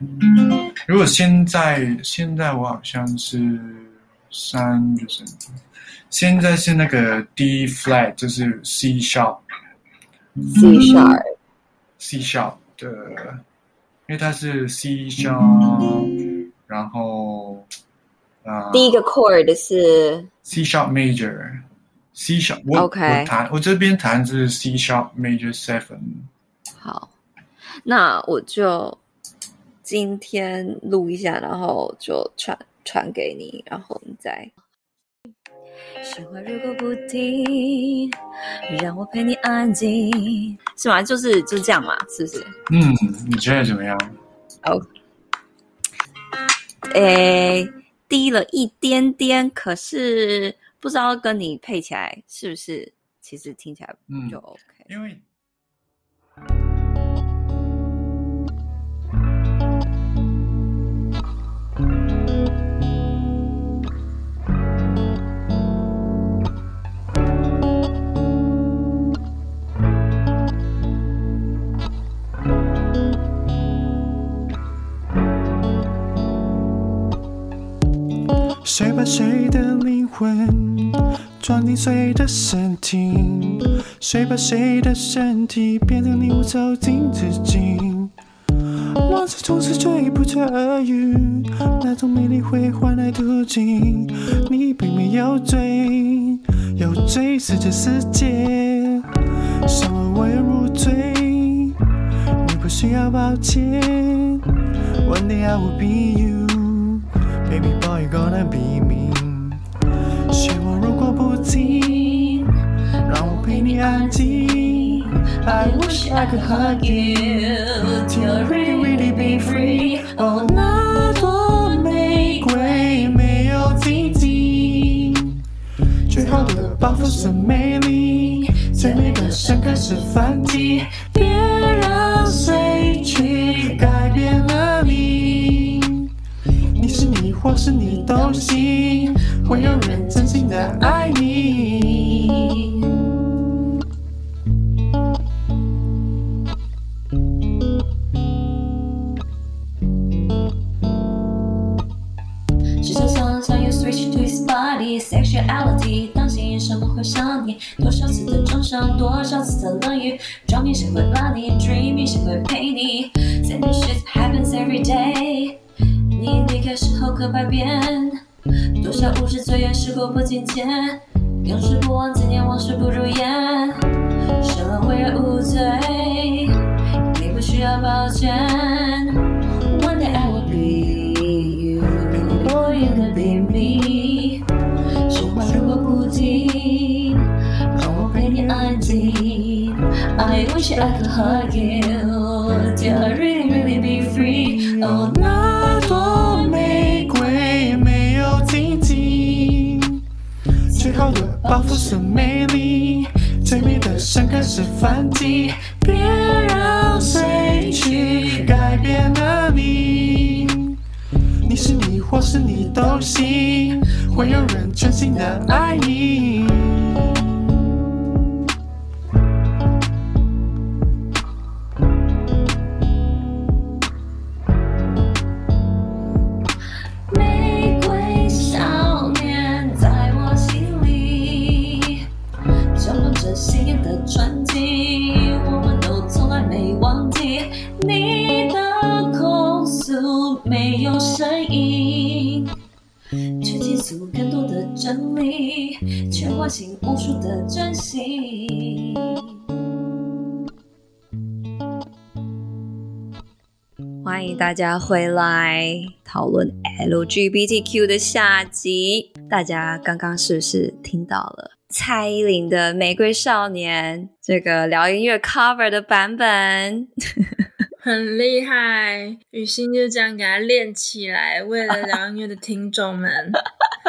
如果现在我好像是3就是现在是那个 D flat， 就是 C sharp C sharp 的，因为它是 C sharp， 然后第一个 chord 是 C sharp major C sharp， OK， 我这边弹是 C sharp major 7。 好，那我就今天录一下，然后就传给你，然后你再。说话如果不停，让我陪你安静，是吗？就是这样嘛，是不是？ 你觉得怎么样？ 低了一点点，可是不知道跟你配起来是不是其实听起来就 OK。 因为谁把谁的灵魂装进谁的身体？谁把谁的身体变成你无走进之境？往事总是追不着而遇，那种美丽会换来途径。你并没有追，有追是这世界，伤我有入罪，你不需要抱歉。One day I will be you。Baby boy, you're gonna be me。 漩涡如果不停，让我陪你安静。I wish I could hug you till really really be free。 哦，那朵玫瑰没有荆棘，最好的报复是美丽，最美的盛开是反击。别让谁去改变了你，你是你或是你都行，会有人真心的爱你。 试着想象 you switch to his body sexuality， 当心什么会想你，多少次的重伤，多少次的冷雨，照面谁会把你 dreaming， 谁会陪你 Same shit happens every day， 你离开时候可百变，多少物是最远时过不境迁，永世不忘纪念，往事不如烟，生了为人无罪，你不需要抱歉。 One day I will be you， boy you can be me， 说话如果不停，让我陪你安静。 I wish I could hug you till I really really be free。 哦，那朵玫瑰没有荆棘，最好的报复是美丽，最美的盛开是反击。别让谁去改变了你，你是你或是你都行，会有人真心的爱你。 玫瑰少年在我心里，交换着鲜艳的传奇，我们都从来没忘记。你的控诉没有声音，却倾诉更多的真理，却唤醒无数的真心。 欢迎大家回来讨论 LGBTQ 的下集。大家刚刚是不是听到了蔡依林的《玫瑰少年》这个聊音乐 cover 的版本？ 很厉害，雨欣就这样给他练起来，为了聊音乐的听众们，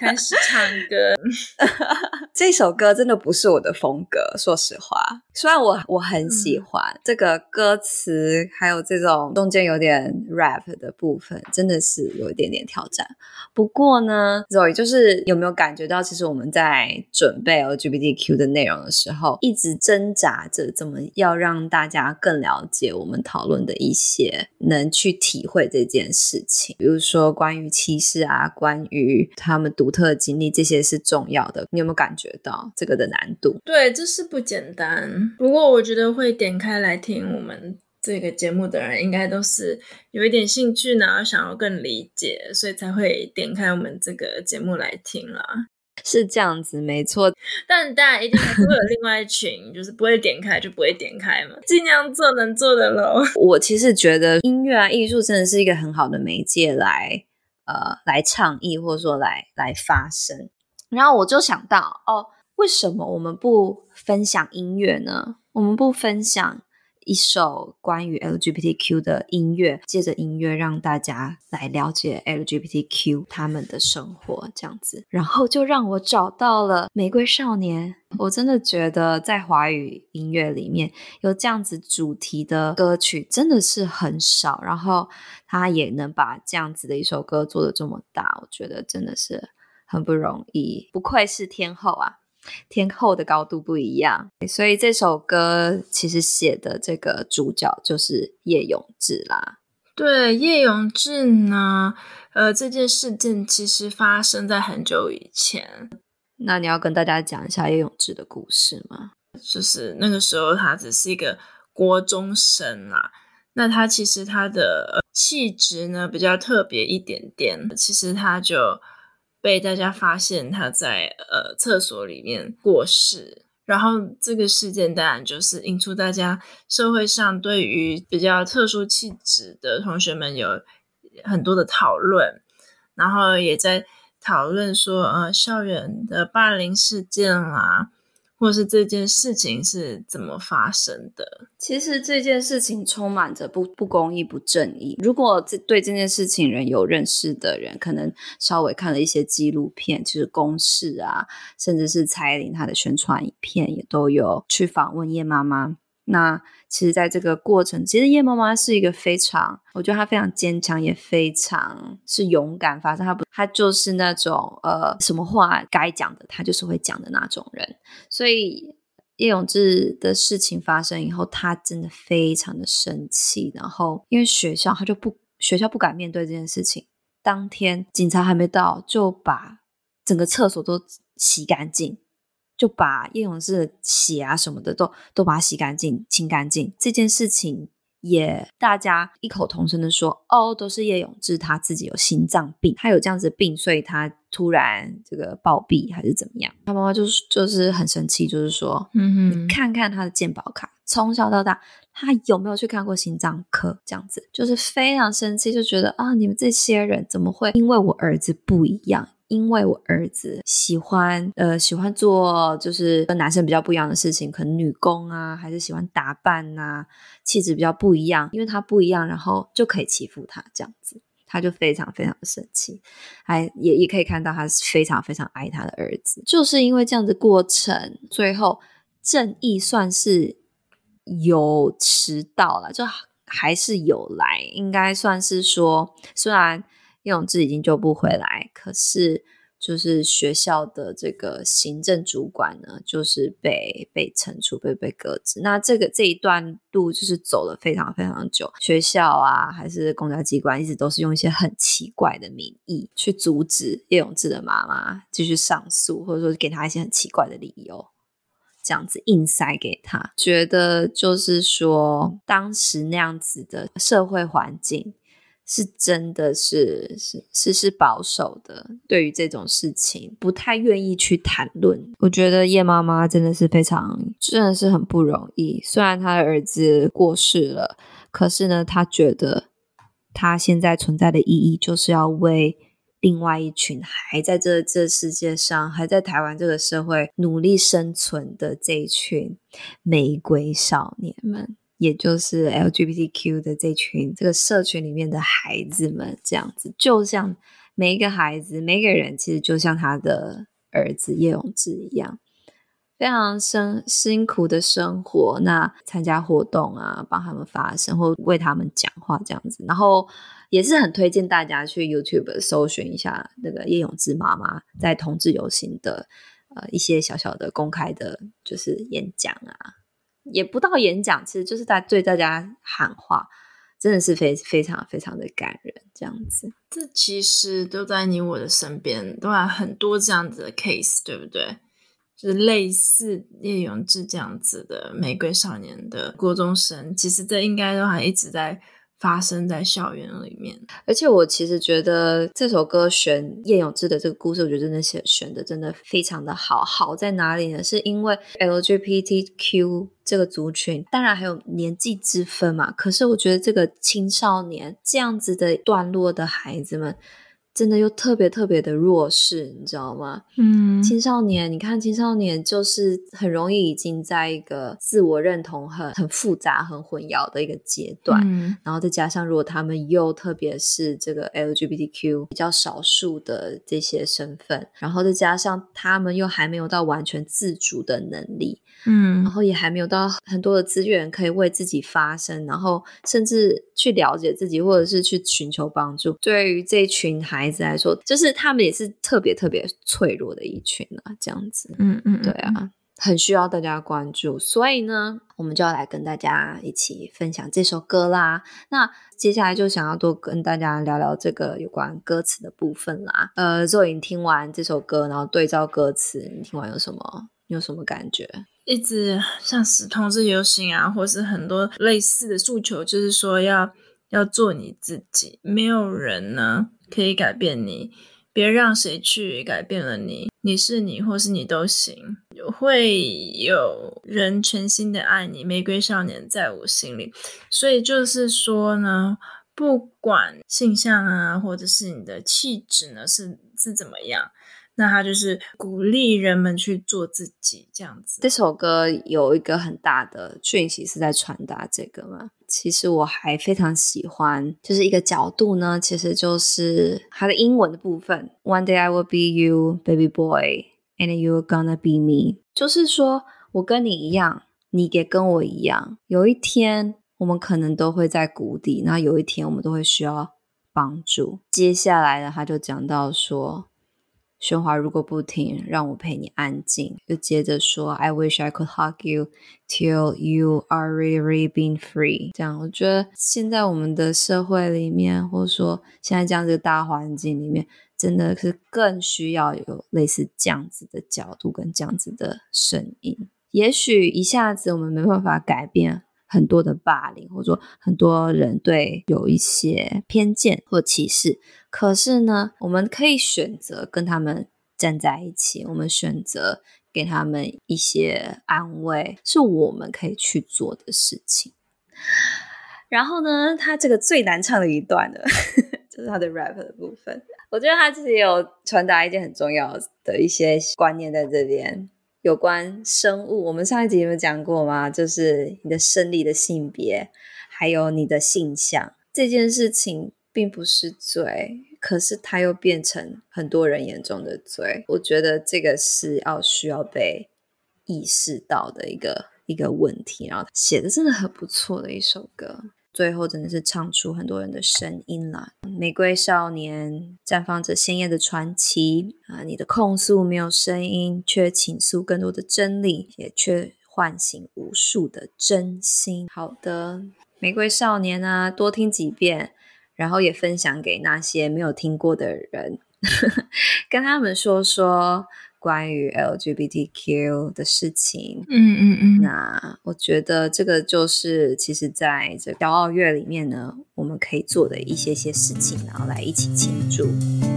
开始唱歌。 这首歌真的不是我的风格，说实话。虽然我很喜欢这个歌词，还有这种中间有点 rap 的部分，真的是有一点点挑战。不过呢 Zoe 就是有没有感觉到，其实我们在准备 LGBTQ 的内容的时候，一直挣扎着怎么要让大家更了解我们讨论的一些，能去体会这件事情。比如说关于歧视啊，关于他们独特的经历，这些是重要的。你有没有感觉到这个的难度？ 对，这是不简单。不过我觉得会点开来听我们这个节目的人，应该都是有一点兴趣呢，想要更理解，所以才会点开我们这个节目来听啦。 是这样子，没错。 但当然一定还是会有另外一群就是不会点开就不会点开嘛，尽量做能做的咯。 我其实觉得音乐啊艺术真的是一个很好的媒介来倡议，或者说来发声。然后我就想到为什么我们不分享音乐呢？我们不分享一首关于 LGBTQ 的音乐，借着音乐让大家来了解 LGBTQ 他们的生活这样子。然后就让我找到了玫瑰少年。我真的觉得在华语音乐里面有这样子主题的歌曲真的是很少，然后他也能把这样子的一首歌做得这么大，我觉得真的是很不容易，不愧是天后啊，天后的高度不一样。所以这首歌其实写的这个主角就是叶永志啦。 对，叶永志呢这件事件其实发生在很久以前。 那你要跟大家讲一下叶永志的故事吗？ 就是那个时候他只是一个国中生啦，那他其实他的气质呢比较特别一点点，其实他就被大家发现他在厕所里面过世。然后这个事件当然就是引出大家社会上对于比较特殊气质的同学们有很多的讨论，然后也在讨论说校园的霸凌事件啦，或是这件事情是怎么发生的。 其实这件事情充满着不公义不正义。如果对这件事情人有认识的人，可能稍微看了一些纪录片，其实公视啊，甚至是蔡依林她的宣传影片也都有去访问叶妈妈。那其实在这个过程，其实叶妈妈是一个非常，我觉得她非常坚强，也非常是勇敢发声。她就是那种什么话该讲的她就是会讲的那种人。所以叶永志的事情发生以后，他真的非常的生气，然后因为学校不敢面对这件事情，当天警察还没到就把整个厕所都洗干净，就把叶永志的血啊什么的都把它洗干净清干净。这件事情也大家异口同声的说都是叶永志他自己有心脏病，他有这样子的病，所以他突然这个暴毙还是怎么样。他妈妈就是很生气，就是说你看看他的健保卡，从小到大他有没有去看过心脏科，这样子就是非常生气，就觉得你们这些人怎么会因为我儿子不一样，因为我儿子喜欢做就是跟男生比较不一样的事情，可能女工啊，还是喜欢打扮啊，气质比较不一样，因为他不一样，然后就可以欺负他这样子。他就非常非常的生气，也可以看到他是非常非常爱他的儿子。就是因为这样的过程，最后正义算是有迟到了，就还是有来，应该算是说，虽然叶永志已经救不回来，可是就是学校的这个行政主管呢，就是被惩处，被革职。那这一段路就是走了非常非常久，学校啊还是公家机关一直都是用一些很奇怪的名义去阻止叶永志的妈妈继续上诉，或者说给他一些很奇怪的理由，这样子硬塞给他。觉得就是说当时那样子的社会环境是真的是保守的，对于这种事情不太愿意去谈论。我觉得叶妈妈真的是很不容易。虽然她的儿子过世了，可是呢她觉得她现在存在的意义就是要为另外一群还在这世界上，还在台湾这个社会努力生存的这一群玫瑰少年们，也就是 LGBTQ 的这个社群里面的孩子们，这样子就像每一个孩子每一个人其实就像他的儿子叶永志一样，非常辛苦的生活，那参加活动啊，帮他们发声或为他们讲话这样子。然后也是很推荐大家去 YouTube 搜寻一下那个叶永志妈妈在同志游行的一些小小的公开的就是演讲啊，也不到演讲，其实就是在对大家喊话，真的是非常非常的感人这样子。 这其实都在你我的身边，都有很多这样子的 case， 对不对？就是类似叶永志这样子的玫瑰少年的国中生，其实这应该都还一直在发生在校园里面。 而且我其实觉得这首歌选叶永志的这个故事，我觉得真的选的真的非常的好。好在哪里呢？是因为 LGBTQ 这个族群当然还有年纪之分嘛，可是我觉得这个青少年这样子的段落的孩子们真的又特别特别的弱势，你知道吗？青少年，你看青少年就是很容易已经在一个自我认同很复杂很混淆的一个阶段，然后再加上如果他们又特别是这个 LGBTQ 比较少数的这些身份，然后再加上他们又还没有到完全自主的能力，然后也还没有到很多的资源可以为自己发声，然后甚至去了解自己或者是去寻求帮助。对于这群孩子来说，就是他们也是特别特别脆弱的一群啊，这样子。对啊，很需要大家关注。所以呢，我们就要来跟大家一起分享这首歌啦。那接下来就想要多跟大家聊聊这个有关歌词的部分啦。Zoe，你听完这首歌，然后对照歌词，你听完有什么感觉？ 一直像是同志游行啊，或是很多类似的诉求，就是说要做你自己，没有人呢可以改变你，别让谁去改变了你，你是你或是你都行，会有人全心的爱你，玫瑰少年在我心里。所以就是说呢，不管性向啊，或者是你的气质呢是怎么样，那他就是鼓励人们去做自己这样子。 这首歌有一个很大的讯息是在传达这个嘛。其实我还非常喜欢就是一个角度呢，其实就是它的英文的部分 One day I will be you, baby boy, and you're gonna be me， 就是说我跟你一样，你也跟我一样，有一天我们可能都会在谷底，那有一天我们都会需要帮助。接下来呢，他就讲到说喧哗如果不停，让我陪你安静。就接着说 I wish I could hug you till you are really being free。 这样我觉得现在我们的社会里面，或者说现在这样子的大环境里面，真的是更需要有类似这样子的角度跟这样子的声音。也许一下子我们没办法改变很多的霸凌，或者说很多人对有一些偏见或歧视，可是呢，我们可以选择跟他们站在一起，我们选择给他们一些安慰，是我们可以去做的事情。然后呢，他这个最难唱的一段呢就是他的 rap 的部分，我觉得他其实也有传达一件很重要的一些观念在这边，有关生物。我们上一集有没有讲过吗？就是你的生理的性别还有你的性向，这件事情并不是罪，可是它又变成很多人眼中的罪。我觉得这个是需要被意识到的一个问题，然后写的真的很不错的一首歌，最后真的是唱出很多人的声音啦。玫瑰少年绽放着鲜艳的传奇你的控诉没有声音，却倾诉更多的真理，也却唤醒无数的真心。好的，玫瑰少年啊，多听几遍，然后也分享给那些没有听过的人跟他们说说关于 LGBTQ 的事情。那我觉得这个就是其实在这骄傲月里面呢，我们可以做的一些事情，然后来一起庆祝。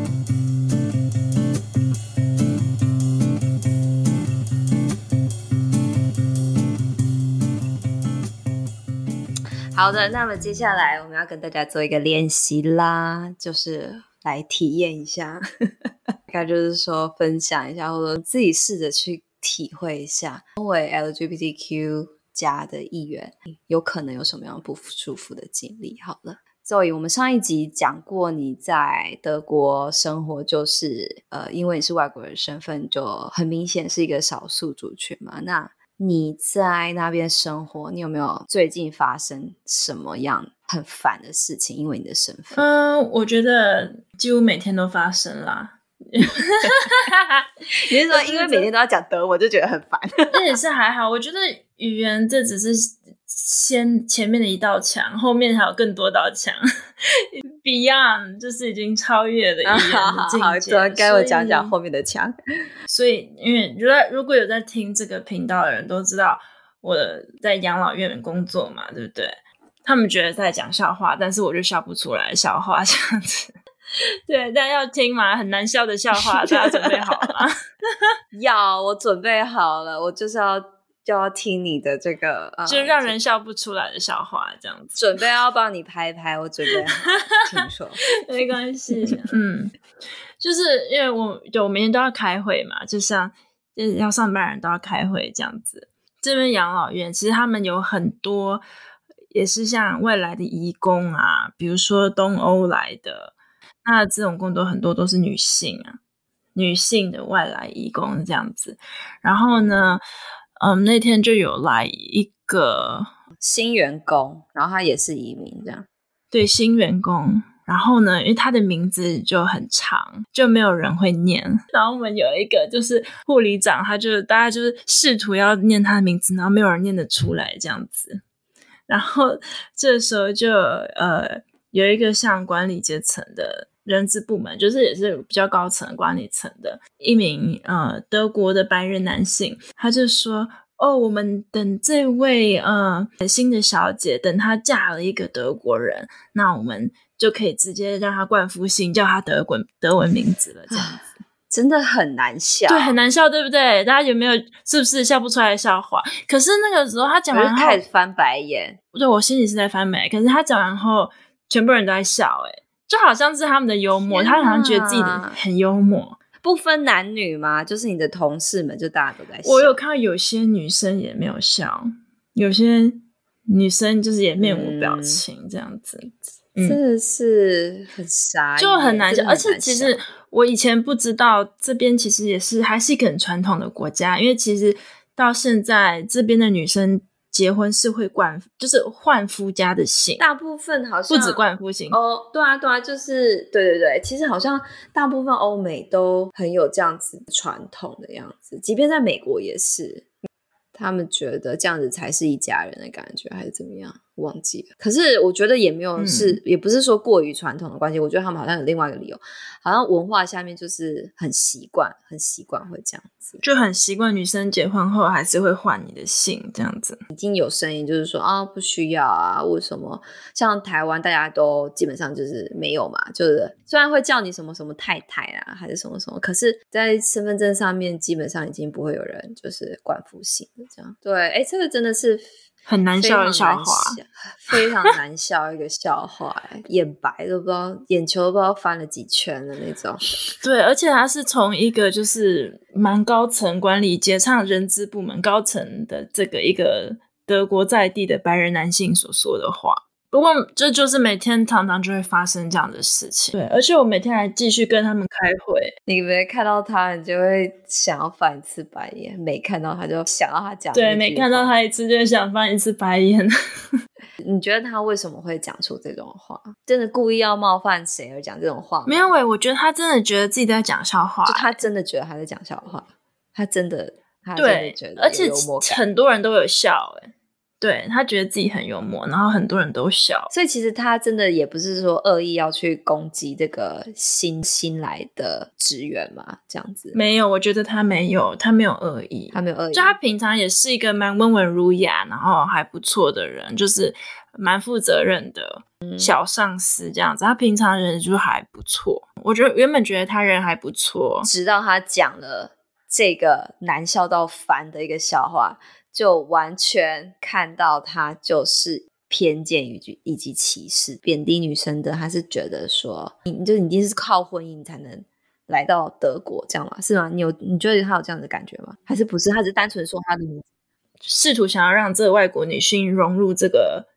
好的，那么接下来我们要跟大家做一个练习啦，就是来体验一下大概就是说分享一下，或者自己试着去体会一下身为 LGBTQ 加的一员有可能有什么样不舒服的经历。好了， Zoe，我们上一集讲过你在德国生活，就是因为你是外国人身份，就很明显是一个少数族群嘛。那你在那边生活，你有没有最近发生什么样很烦的事情？因为你的身份， 我觉得几乎每天都发生啦。 你是说因为每天都要讲德文就觉得很烦？ 那也是还好，我觉得语言这只是前面的一道墙，后面还有更多道墙，Beyond 就是已经超越了语言的境界。 好，该我讲讲后面的墙。 所以，因为如果有在听这个频道的人都知道我在养老院工作嘛，对不对？他们觉得在讲笑话，但是我就笑不出来笑话这样子。对，但要听嘛，很难笑的笑话，大家准备好了吗？ 我准备好了，我就是要听你的这个， 就让人笑不出来的笑话，这样子。 准备要帮你拍，我准备好，听说没关系，就是因为我每天都要开会嘛，就像就是要上班人都要开会这样子。这边养老院其实他们有很多也是像外来的移工啊，比如说东欧来的。那这种工作很多都是女性的外来移工这样子。然后呢，那天就有来一个新员工，然后他也是移民这样。 对，新员工。然后呢，因为他的名字就很长，就没有人会念。然后我们有一个就是护理长，大家就是试图要念他的名字，然后没有人念得出来这样子。然后这时候就有一个像管理阶层的人资部门，就是也是比较高层管理层的一名德国的白人男性，他就说我们等这位新的小姐，等她嫁了一个德国人，那我们就可以直接让她冠夫姓，叫她德文名字了，这样子。 真的很难笑， 对，很难笑，对不对？大家有没有是不是笑不出来的笑话？可是那个时候他讲完后， 开始翻白眼。 对，我心里是在翻白眼，可是他讲完后，全部人都在笑，就好像是他们的幽默，他好像觉得自己的很幽默。 不分男女吗？就是你的同事们，就大家都在笑。 我有看到有些女生也没有笑，有些女生就是也面无表情这样子。 真的是很傻， 就很难笑。而且其实我以前不知道，这边其实还是一个很传统的国家，因为其实到现在这边的女生结婚是会就是换夫家的姓， 大部分好像不止冠夫姓对啊，就是对，其实好像大部分欧美都很有这样子传统的样子，即便在美国也是，他们觉得这样子才是一家人的感觉，还是怎么样？忘记了。可是我觉得也没有也不是说过于传统的关系，我觉得他们好像有另外一个理由，好像文化下面就是很习惯会这样子， 就很习惯女生结婚后还是会换你的姓这样子。 已经有声音就是说不需要啊，为什么？像台湾大家都基本上就是没有嘛，就是虽然会叫你什么什么太太啊，还是什么什么，可是在身份证上面基本上已经不会有人就是冠夫姓的这样。对，这个真的是很难笑的笑话， 非常难笑一个笑话，眼白都不知道，眼球都不知道翻了几圈的那种。 对，而且他是从一个就是蛮高层管理阶层人资部门高层的这个一个德国在地的白人男性所说的话。不过这就是每天常常就会发生这样的事情。对，而且我每天还继续跟他们开会。 你没看到他，你就会想要翻一次白眼；没看到他，就想到他讲。 对，每看到他一次，就想翻一次白眼。 你觉得他为什么会讲出这种话？真的故意要冒犯谁而讲这种话吗？ 没有我觉得他真的觉得自己在讲笑话。 就他真的觉得他在讲笑话，他真的觉得， 而且很多人都有笑对，他觉得自己很幽默，然后很多人都笑， 所以其实他真的也不是说恶意要去攻击这个新来的职员嘛，这样子。 没有，我觉得他没有恶意，就他平常也是一个蛮温文儒雅，然后还不错的人，就是蛮负责任的小上司这样子。他平常人就还不错，我原本觉得他人还不错， 直到他讲了这个难笑到烦的一个笑话，就完全看到他就是偏见以及歧视，贬低女生的。他是觉得说你就一定是靠婚姻才能来到德国这样吗？是吗？你觉得他有这样的感觉吗？还是不是？他只是单纯说他的名字， 试图想要让这个外国女性融入这个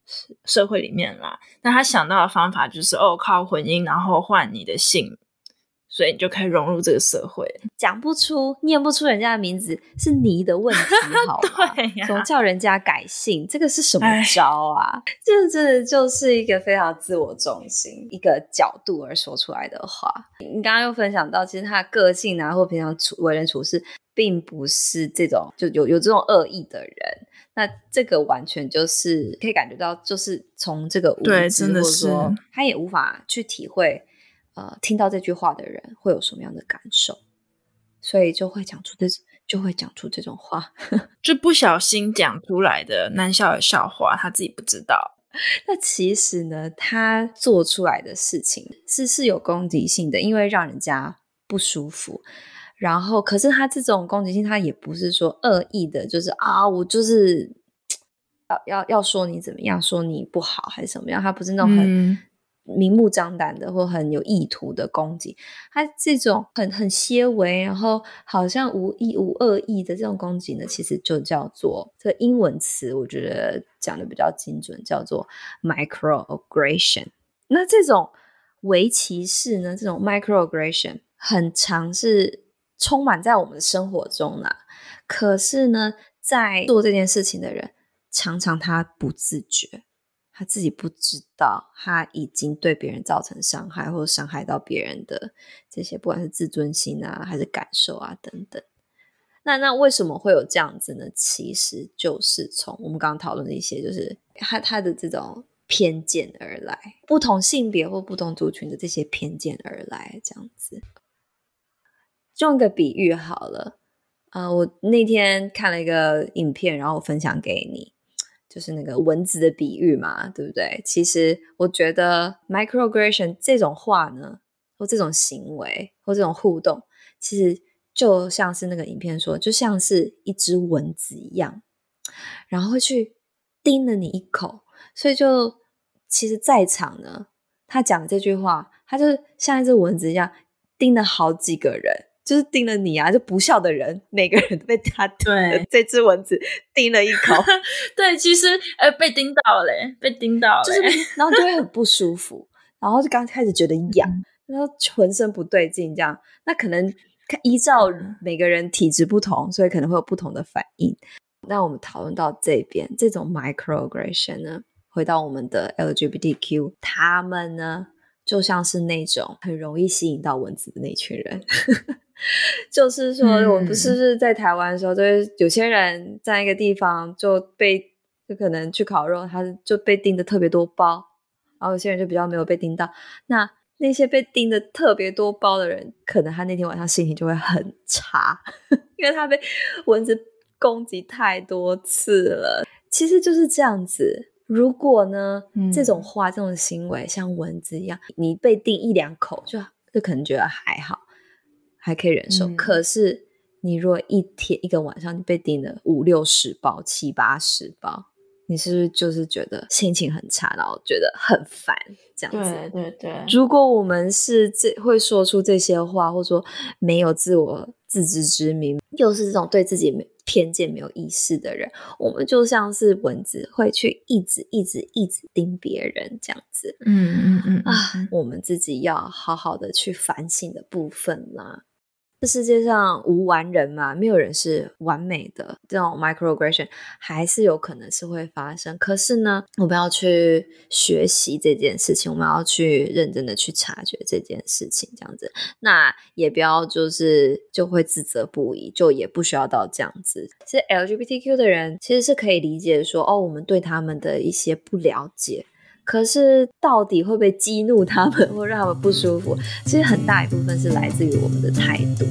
社会里面啦。那他想到的方法就是靠婚姻然后换你的姓，所以你就可以融入这个社会。 讲不出念不出人家的名字是你的问题好吗？ 对呀， 怎么叫人家改姓，这个是什么招啊？这真的就是一个非常自我中心一个角度而说出来的话。你刚刚又分享到其实他的个性啊或平常为人处事并不是这种就有这种恶意的人，那这个完全就是可以感觉到就是从这个无知， 对，真的是或者说他也无法去体会听到这句话的人会有什么样的感受，所以就会讲出这种话就不小心讲出来的难笑的笑话他自己不知道。 那其实呢他做出来的事情是有攻击性的，因为让人家不舒服，然后可是他这种攻击性他也不是说恶意的，就是我就是要说你怎么样，说你不好还是怎么样，他不是那种很明目张胆的或很有意图的攻击，他这种很些微然后好像无意无恶意的这种攻击呢，其实就叫做这个英文词我觉得讲的比较精准，叫做 microaggression。 那这种微歧视呢，这种 microaggression 很常是充满在我们的生活中啦，可是呢在做这件事情的人常常他不自觉，他自己不知道他已经对别人造成伤害或者伤害到别人的这些不管是自尊心啊还是感受啊等等。那为什么会有这样子呢？其实就是从我们刚刚讨论的一些就是他的这种偏见而来，不同性别或不同族群的这些偏见而来这样子。用一个比喻好了，我那天看了一个影片然后我分享给你，就是那个蚊子的比喻嘛，对不对？其实我觉得 microaggression 这种话呢，或这种行为或这种互动，其实就像是那个影片说，就像是一只蚊子一样，然后会去叮了你一口。所以就其实在场呢，他讲的这句话，他就像一只蚊子一样叮了好几个人，就是叮了你啊，就不孝的人每个人都被他对这只蚊子叮了一口对，其实被叮到了被叮到了就是然后就会很不舒服然后就刚开始觉得痒然后浑身不对劲这样。那可能依照每个人体质不同，所以可能会有不同的反应。那我们讨论到这边，这种 microaggression 呢，回到我们的 LGBTQ， 他们呢就像是那种很容易吸引到蚊子的那群人就是说我们不是在台湾的时候，就是有些人在一个地方就可能去烤肉，他就被叮的特别多包，然后有些人就比较没有被叮到。那些被叮的特别多包的人，可能他那天晚上心情就会很差因为他被蚊子攻击太多次了。其实就是这样子，如果呢这种话这种行为像蚊子一样，你被叮一两口就可能觉得还好还可以忍受，可是你如果一个晚上你被叮了50-60包70-80包，你是不是就是觉得心情很差，然后觉得很烦这样子？ 对对对。 如果我们是会说出这些话，或者说没有自知之明，又是这种对自己偏见没有意识的人，我们就像是蚊子会去一直叮别人这样子。我们自己要好好的去反省的部分啦。这世界上无完人嘛，没有人是完美的，这种 microaggression 还是有可能是会发生。可是呢，我们要去学习这件事情，我们要去认真的去察觉这件事情这样子。那也不要就会自责不已，就也不需要到这样子。其实 LGBTQ 的人其实是可以理解说我们对他们的一些不了解，可是到底会不会激怒他们或让他们不舒服，其实很大一部分是来自于我们的态度。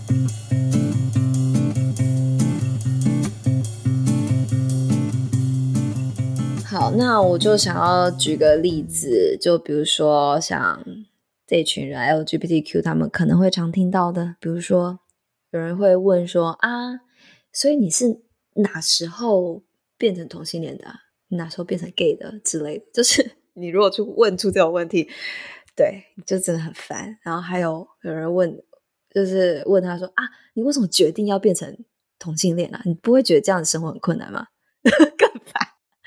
好，那我就想要举个例子，就比如说像这群人 LGBTQ 他们可能会常听到的，比如说有人会问说所以你是哪时候变成同性恋的你哪时候变成 gay 的之类的，就是你如果去问出这种问题，对，就真的很烦。然后还有人就是问他说你为什么决定要变成同性恋你不会觉得这样的生活很困难吗更烦。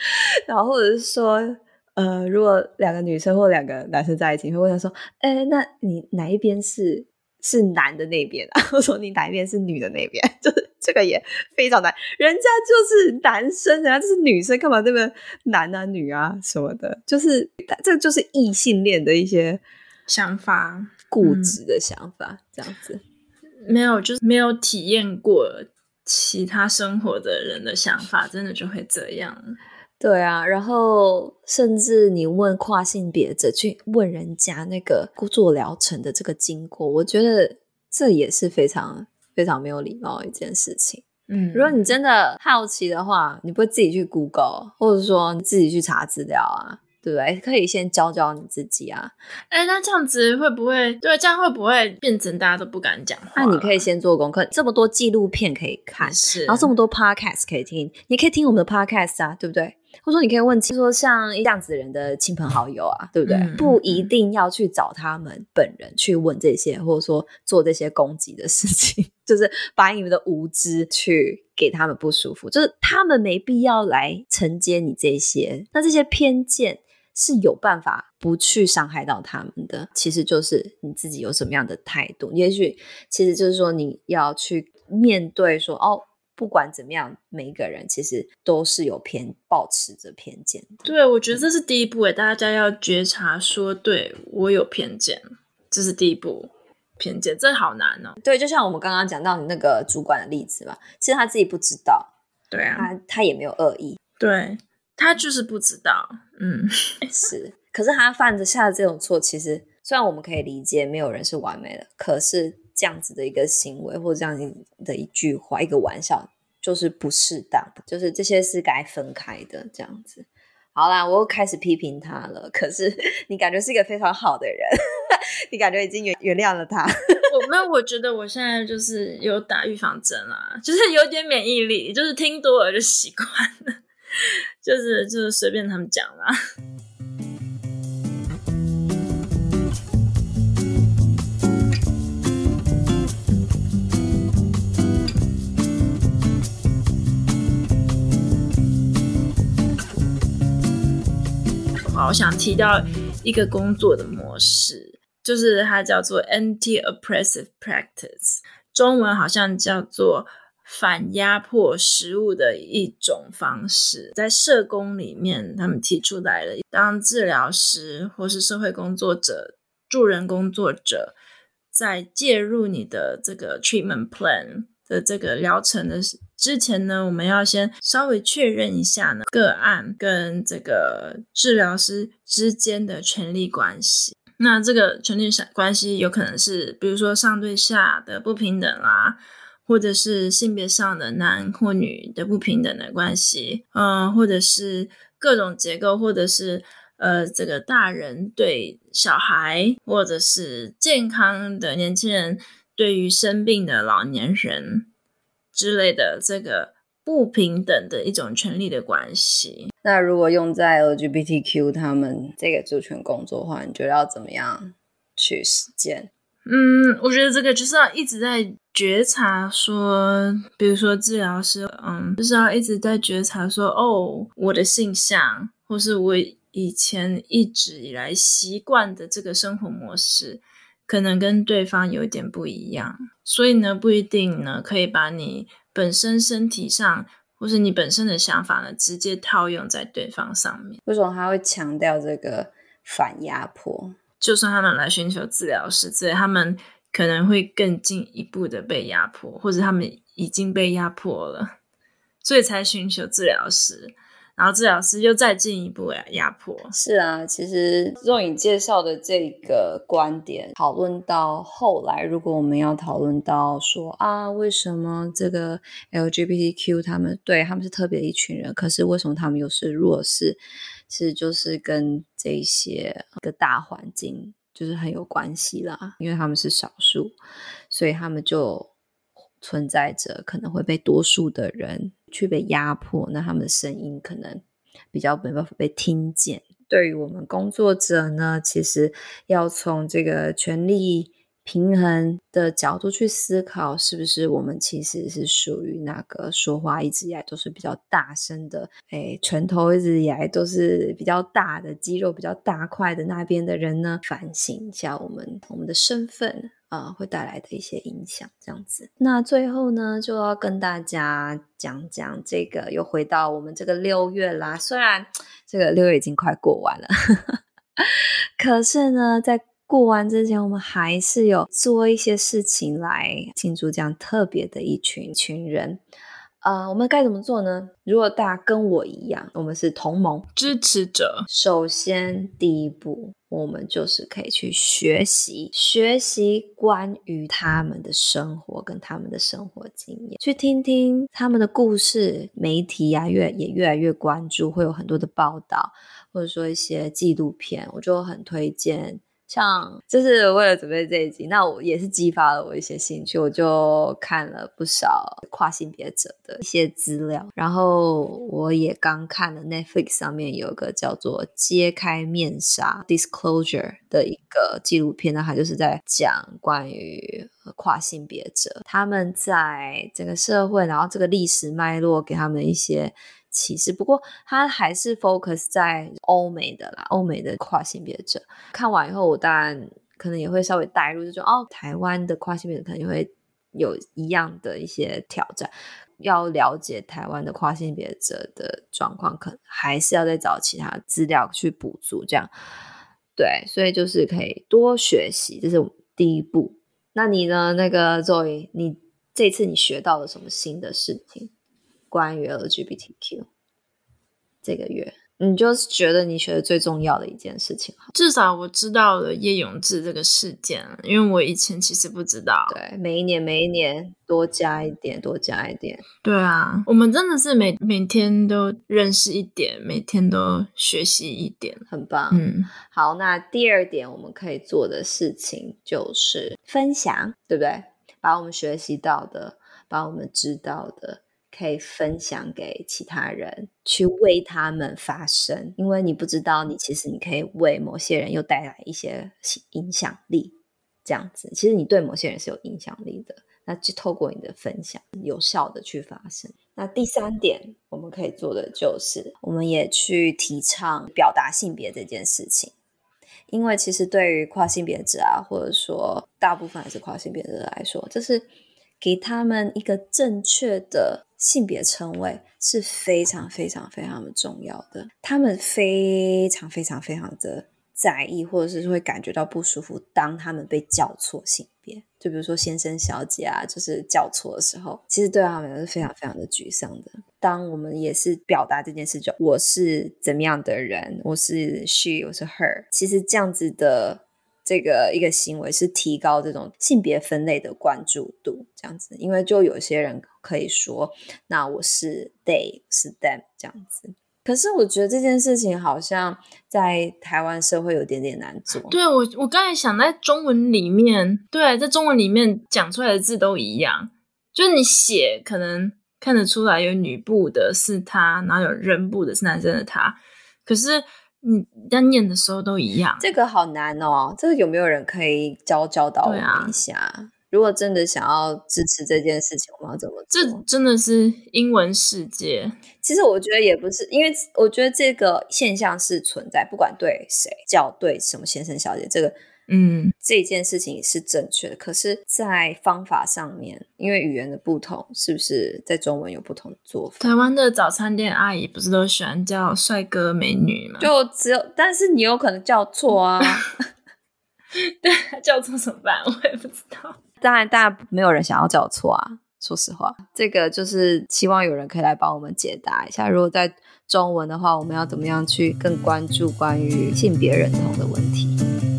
然后或者是说如果两个女生或两个男生在一起，会问他说那你哪一边是男的那边啊？或者说你哪一边是女的那边？就是这个也非常难，人家就是男生，人家就是女生，干嘛这么男啊女啊什么的？就是这就是异性恋的一些想法， 固执的想法，这样子。 没有，就是没有体验过其他生活的人的想法，真的就会这样。 对啊，然后甚至你问跨性别者去问人家那个做疗程的这个经过，我觉得这也是非常非常没有礼貌的一件事情。如果你真的好奇的话，你不会自己去 Google， 或者说你自己去查资料啊，对不对？可以先教教你自己啊。 那这样子会不会这样会不会变成大家都不敢讲话？ 那你可以先做功课，这么多纪录片可以看， 是， 然后这么多 podcast 可以听，你可以听我们的 podcast 啊，对不对？或者说你可以问说像这样子的人的亲朋好友啊，对不对？不一定要去找他们本人去问这些，或者说做这些攻击的事情，就是把你们的无知去给他们不舒服，就是他们没必要来承接你这些，那这些偏见是有办法不去伤害到他们的，其实就是你自己有什么样的态度。也许其实就是说你要去面对说不管怎么样，每一个人其实都是有抱持着偏见的。 对，我觉得这是第一步大家要觉察说，对，我有偏见，这是第一步。偏见这好难哦。 对，就像我们刚刚讲到你那个主管的例子嘛，其实他自己不知道， 对啊， 他也没有恶意， 对，他就是不知道， 是。可是他犯着下的这种错，其实虽然我们可以理解没有人是完美的，可是这样子的一个行为或者这样子的一句话一个玩笑就是不适当，就是这些是该分开的这样子。好啦，我又开始批评他了，可是你感觉是一个非常好的人你感觉已经原谅了他我觉得我现在就是有打预防针啦，就是有点免疫力，就是听多了就习惯了就是随便他们讲啦。我想提到一个工作的模式，就是它叫做 anti-oppressive practice， 中文好像叫做反压迫实务的一种方式。在社工里面他们提出来了，当治疗师或是社会工作者、助人工作者在介入你的这个 treatment plan 的这个疗程的之前呢，我们要先稍微确认一下呢个案跟这个治疗师之间的权利关系。那这个权利关系有可能是比如说上对下的不平等啦，或者是性别上的男或女的不平等的关系，或者是各种结构，或者是这个大人对小孩，或者是健康的年轻人对于生病的老年人之类的这个不平等的一种权利的关系。 那如果用在 LGBTQ 他们这个族群工作的话，你觉得要怎么样去实践？ 我觉得这个就是要一直在觉察说，比如说治疗师就是要一直在觉察说，我的性向或是我以前一直以来习惯的这个生活模式可能跟对方有一点不一样，所以呢不一定呢可以把你本身身体上或是你本身的想法呢直接套用在对方上面。 为什么他会强调这个反压迫？ 就算他们来寻求治疗师之类，他们可能会更进一步的被压迫，或者他们已经被压迫了，所以才寻求治疗师，然后治疗师又再进一步压迫。 是啊，其实肉颖介绍的这个观点讨论到后来，如果我们要讨论到说为什么这个 LGBTQ 他们是特别一群人，可是为什么他们又是弱势，其实就是跟这些个大环境就是很有关系啦，因为他们是少数，所以他们就存在着可能会被多数的人去被压迫，那他们的声音可能比较没办法被听见。对于我们工作者呢，其实要从这个权利平衡的角度去思考，是不是我们其实是属于那个说话一直以来都是比较大声的，拳头一直以来都是比较大的，肌肉比较大块的那边的人呢？反省一下我们的身份会带来的一些影响，这样子。那最后呢，就要跟大家讲讲这个，又回到我们这个6月啦。虽然这个6月已经快过完了可是呢，在过完之前，我们还是有做一些事情来庆祝这样特别的一群人。我们该怎么做呢？如果大家跟我一样，我们是同盟支持者， 首先第一步，我们就是可以去学习关于他们的生活跟他们的生活经验，去听听他们的故事。媒体啊也越来越关注，会有很多的报道，或者说一些纪录片，我就很推荐。像就是为了准备这一集，那我也是激发了我一些兴趣，我就看了不少跨性别者的一些资料，然后我也刚看了 Netflix 上面有一个叫做揭开面纱 Disclosure 的一个纪录片，那它就是在讲关于跨性别者他们在整个社会，然后这个历史脉络给他们的一些歧视，不过他还是 focus 在欧美的跨性别者。看完以后，我当然可能也会稍微带入，就说台湾的跨性别者可能也会有一样的一些挑战。要了解台湾的跨性别者的状况，可能还是要再找其他资料去补足，这样对，所以就是可以多学习，这是第一步。那你呢？那个 Zoe， 你这次你学到了什么新的事情？关于 LGBTQ 这个月你就是觉得你学的最重要的一件事情？ 至少我知道了叶永志这个事件，因为我以前其实不知道。 对，每一年多加一点。 对啊，我们真的是每天都认识一点，每天都学习一点， 很棒。好，那第二点我们可以做的事情就是分享，对不对？把我们学习到的，把我们知道的可以分享给其他人，去为他们发声。因为你不知道，其实你可以为某些人又带来一些影响力，这样子其实你对某些人是有影响力的，那就透过你的分享有效的去发声。那第三点我们可以做的就是我们也去提倡表达性别这件事情。因为其实对于跨性别者啊，或者说大部分还是跨性别者来说，就是给他们一个正确的性别称谓是非常非常非常的重要的。他们非常非常非常的在意，或者是会感觉到不舒服，当他们被叫错性别，就比如说先生小姐啊，就是叫错的时候，其实对他们是非常非常的沮丧的。当我们也是表达这件事，就我是怎么样的人，我是 she， 我是 her， 其实这样子的这个一个行为是提高这种性别分类的关注度，这样子。因为就有些人可以说，那我是 they， 是 them 这样子。可是我觉得这件事情好像在台湾社会有点点难做。 对，我刚才想在中文里面，对，在中文里面讲出来的字都一样，就是你写可能看得出来有女部的是他，然后有人部的是男生的他，可是你在念的时候都一样。 这个好难哦，这个有没有人可以教导我们一下？如果真的想要支持这件事情，我们要怎么做？ 这真的是英文世界。 其实我觉得也不是，因为我觉得这个现象是存在，不管对谁叫对什么先生小姐，这件事情是正确的。可是在方法上面，因为语言的不同，是不是在中文有不同的做法？ 台湾的早餐店阿姨不是都喜欢叫帅哥美女吗？ 就只有，但是你有可能叫错啊。 对，叫错怎么办？我也不知道。 当然大家没有人想要叫错啊，说实话，这个就是希望有人可以来帮我们解答一下，如果在中文的话，我们要怎么样去更关注关于性别认同的问题。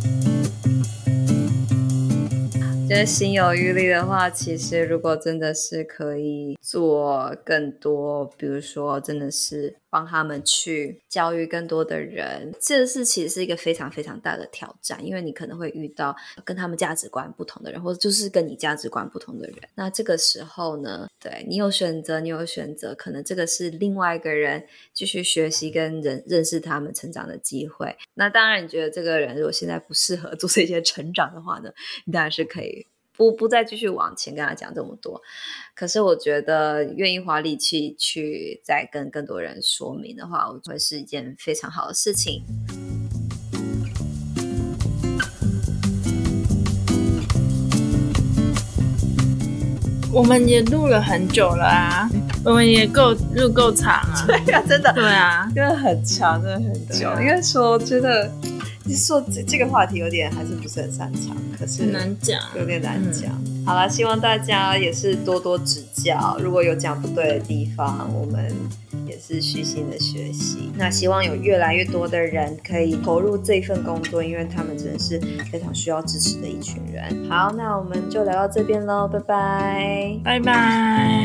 觉得心有余力的话，其实如果真的是可以做更多，比如说真的是帮他们去教育更多的人，这是其实是一个非常非常大的挑战，因为你可能会遇到跟他们价值观不同的人，或者就是跟你价值观不同的人。那这个时候呢，对，你有选择，可能这个是另外一个人继续学习跟认识他们成长的机会。那当然你觉得这个人如果现在不适合做这些成长的话呢，你当然是可以不再继续往前跟他讲这么多。可是我觉得愿意花力气去再跟更多人说明的话，我会是一件非常好的事情。 我们也录了很久了啊，我们也录够长啊。 对啊，真的， 对啊， 真的很长，真的很久。因为说觉得说这个话题有点还是不是很擅长，可是很难讲， 有点难讲。好啦，希望大家也是多多指教，如果有讲不对的地方，我们也是虚心的学习。那希望有越来越多的人可以投入这份工作，因为他们真的是非常需要支持的一群人。好，那我们就聊到这边咯，拜拜， 拜拜。